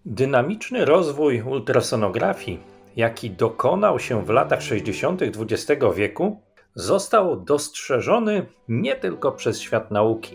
Dynamiczny rozwój ultrasonografii, jaki dokonał się w latach 60. XX wieku, został dostrzeżony nie tylko przez świat nauki.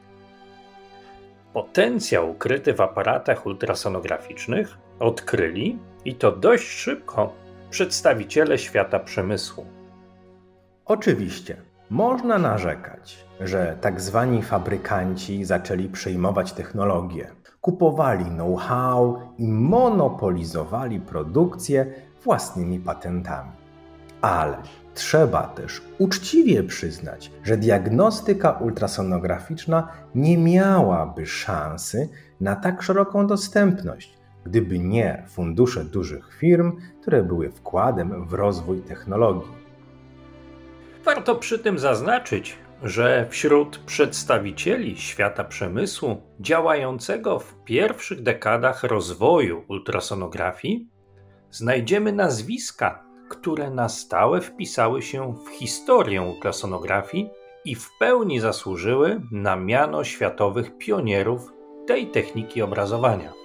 Potencjał ukryty w aparatach ultrasonograficznych odkryli, i to dość szybko, przedstawiciele świata przemysłu. Oczywiście, można narzekać, że tak zwani fabrykanci zaczęli przejmować technologię, kupowali know-how i monopolizowali produkcję własnymi patentami. Ale trzeba też uczciwie przyznać, że diagnostyka ultrasonograficzna nie miałaby szansy na tak szeroką dostępność, gdyby nie fundusze dużych firm, które były wkładem w rozwój technologii. Warto przy tym zaznaczyć, że wśród przedstawicieli świata przemysłu działającego w pierwszych dekadach rozwoju ultrasonografii znajdziemy nazwiska, które na stałe wpisały się w historię ultrasonografii i w pełni zasłużyły na miano światowych pionierów tej techniki obrazowania.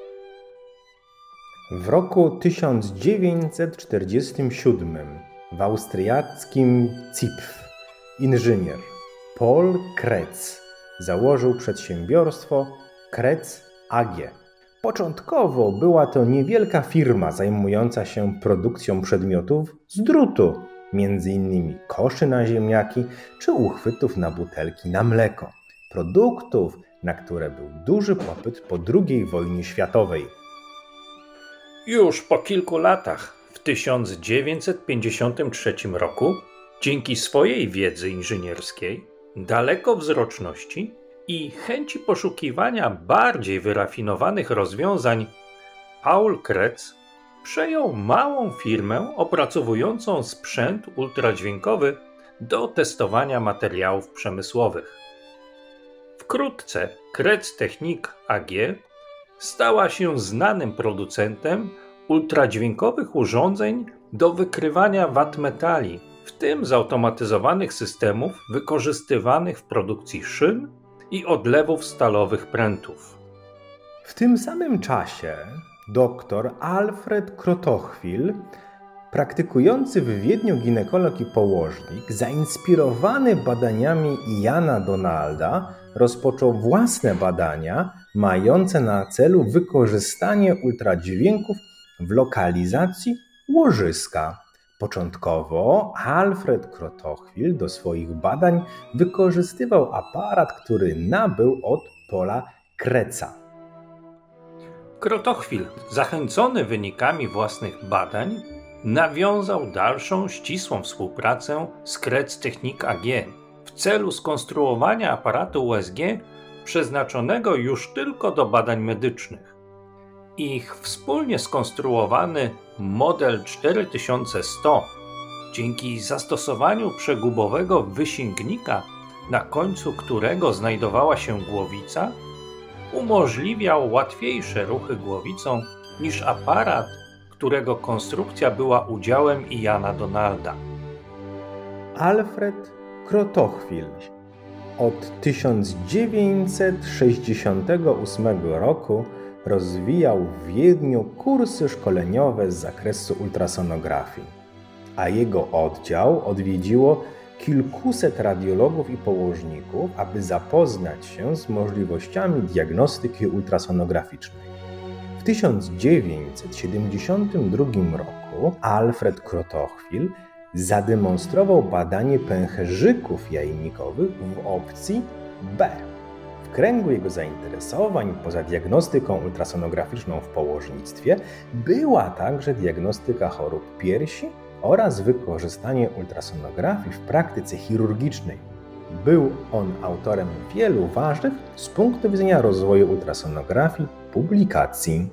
W roku 1947 w austriackim Zipf inżynier Paul Kretz założył przedsiębiorstwo Kretz AG. Początkowo była to niewielka firma zajmująca się produkcją przedmiotów z drutu, m.in. koszy na ziemniaki czy uchwytów na butelki na mleko. Produktów, na które był duży popyt po II wojnie światowej. Już po kilku latach, w 1953 roku, dzięki swojej wiedzy inżynierskiej, dalekowzroczności i chęci poszukiwania bardziej wyrafinowanych rozwiązań, Paul Kretz przejął małą firmę opracowującą sprzęt ultradźwiękowy do testowania materiałów przemysłowych. Wkrótce Kretz Technik AG stała się znanym producentem ultradźwiękowych urządzeń do wykrywania wad metali, w tym zautomatyzowanych systemów wykorzystywanych w produkcji szyn i odlewów stalowych prętów. W tym samym czasie dr Alfred Krotochwil, praktykujący w Wiedniu ginekolog i położnik, zainspirowany badaniami Iana Donalda, rozpoczął własne badania mające na celu wykorzystanie ultradźwięków w lokalizacji łożyska. Początkowo Alfred Krotochwil do swoich badań wykorzystywał aparat, który nabył od Paula Kretza. Krotochwil, zachęcony wynikami własnych badań, nawiązał dalszą ścisłą współpracę z Kretz Technik AG w celu skonstruowania aparatu USG przeznaczonego już tylko do badań medycznych. Ich wspólnie skonstruowany model 4100, dzięki zastosowaniu przegubowego wysięgnika, na końcu którego znajdowała się głowica, umożliwiał łatwiejsze ruchy głowicą niż aparat, którego konstrukcja była udziałem Iana Donalda. Alfred Krotochwil od 1968 roku rozwijał w Wiedniu kursy szkoleniowe z zakresu ultrasonografii, a jego oddział odwiedziło kilkuset radiologów i położników, aby zapoznać się z możliwościami diagnostyki ultrasonograficznej. W 1972 roku Alfred Krotochwil zademonstrował badanie pęcherzyków jajnikowych w opcji B. W kręgu jego zainteresowań, poza diagnostyką ultrasonograficzną w położnictwie, była także diagnostyka chorób piersi oraz wykorzystanie ultrasonografii w praktyce chirurgicznej. Był on autorem wielu ważnych z punktu widzenia rozwoju ultrasonografii publikacji.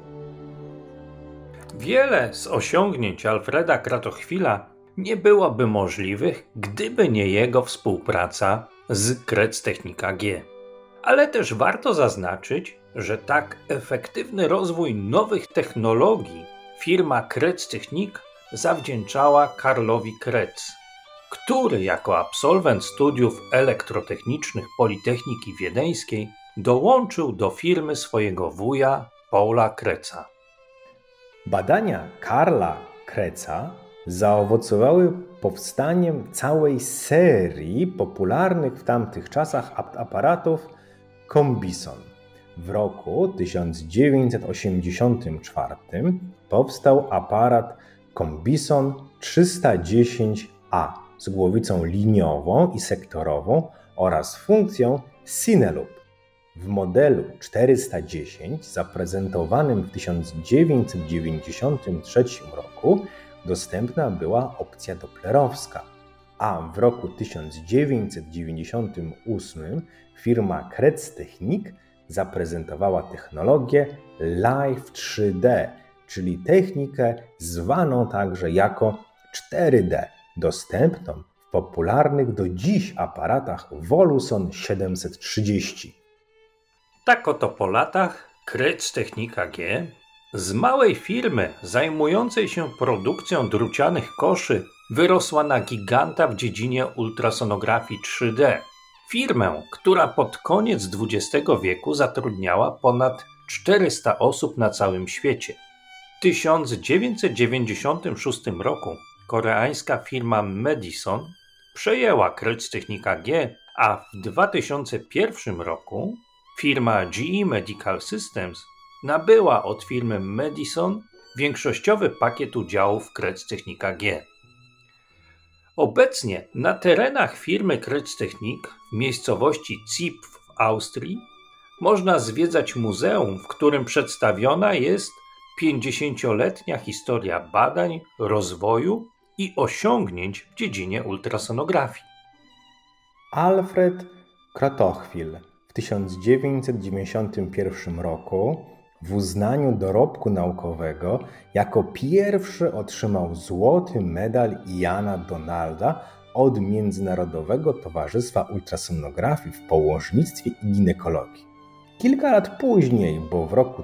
Wiele z osiągnięć Alfreda Krotochwila nie byłoby możliwych, gdyby nie jego współpraca z Kretz Technik AG. Ale też warto zaznaczyć, że tak efektywny rozwój nowych technologii firma Kretz Technik zawdzięczała Karlowi Kretz, który jako absolwent studiów elektrotechnicznych Politechniki Wiedeńskiej dołączył do firmy swojego wuja Paula Kretza. Badania Karla Kretza zaowocowały powstaniem całej serii popularnych w tamtych czasach aparatów Combison. W roku 1984 powstał aparat Combison 310A z głowicą liniową i sektorową oraz funkcją Cineloop. W modelu 410 zaprezentowanym w 1993 roku dostępna była opcja doplerowska, a w roku 1998 firma Kretz Technik zaprezentowała technologię Live 3D, czyli technikę zwaną także jako 4D, dostępną w popularnych do dziś aparatach Voluson 730. Tak oto po latach Kretz Technik AG z małej firmy zajmującej się produkcją drucianych koszy wyrosła na giganta w dziedzinie ultrasonografii 3D. Firmę, która pod koniec XX wieku zatrudniała ponad 400 osób na całym świecie. W 1996 roku koreańska firma Medison przejęła Kretz Technik AG, a w 2001 roku firma GE Medical Systems nabyła od firmy Medison większościowy pakiet udziałów Kretz Technik AG. Obecnie na terenach firmy Kretz Technik w miejscowości Zipf w Austrii można zwiedzać muzeum, w którym przedstawiona jest 50-letnia historia badań, rozwoju i osiągnięć w dziedzinie ultrasonografii. Alfred Krotochwil w 1991 roku w uznaniu dorobku naukowego jako pierwszy otrzymał złoty medal Iana Donalda od Międzynarodowego Towarzystwa Ultrasonografii w położnictwie i ginekologii. Kilka lat później, bo w roku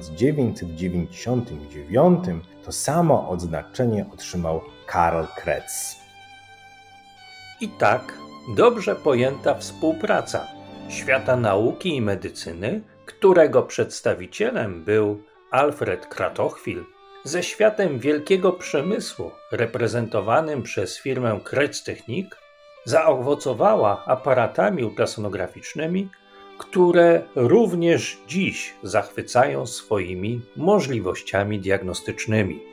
1999, to samo odznaczenie otrzymał Karl Kretz. I tak dobrze pojęta współpraca świata nauki i medycyny, którego przedstawicielem był Alfred Krotochwil, ze światem wielkiego przemysłu reprezentowanym przez firmę Kretz Technik, zaowocowała aparatami ultrasonograficznymi, które również dziś zachwycają swoimi możliwościami diagnostycznymi.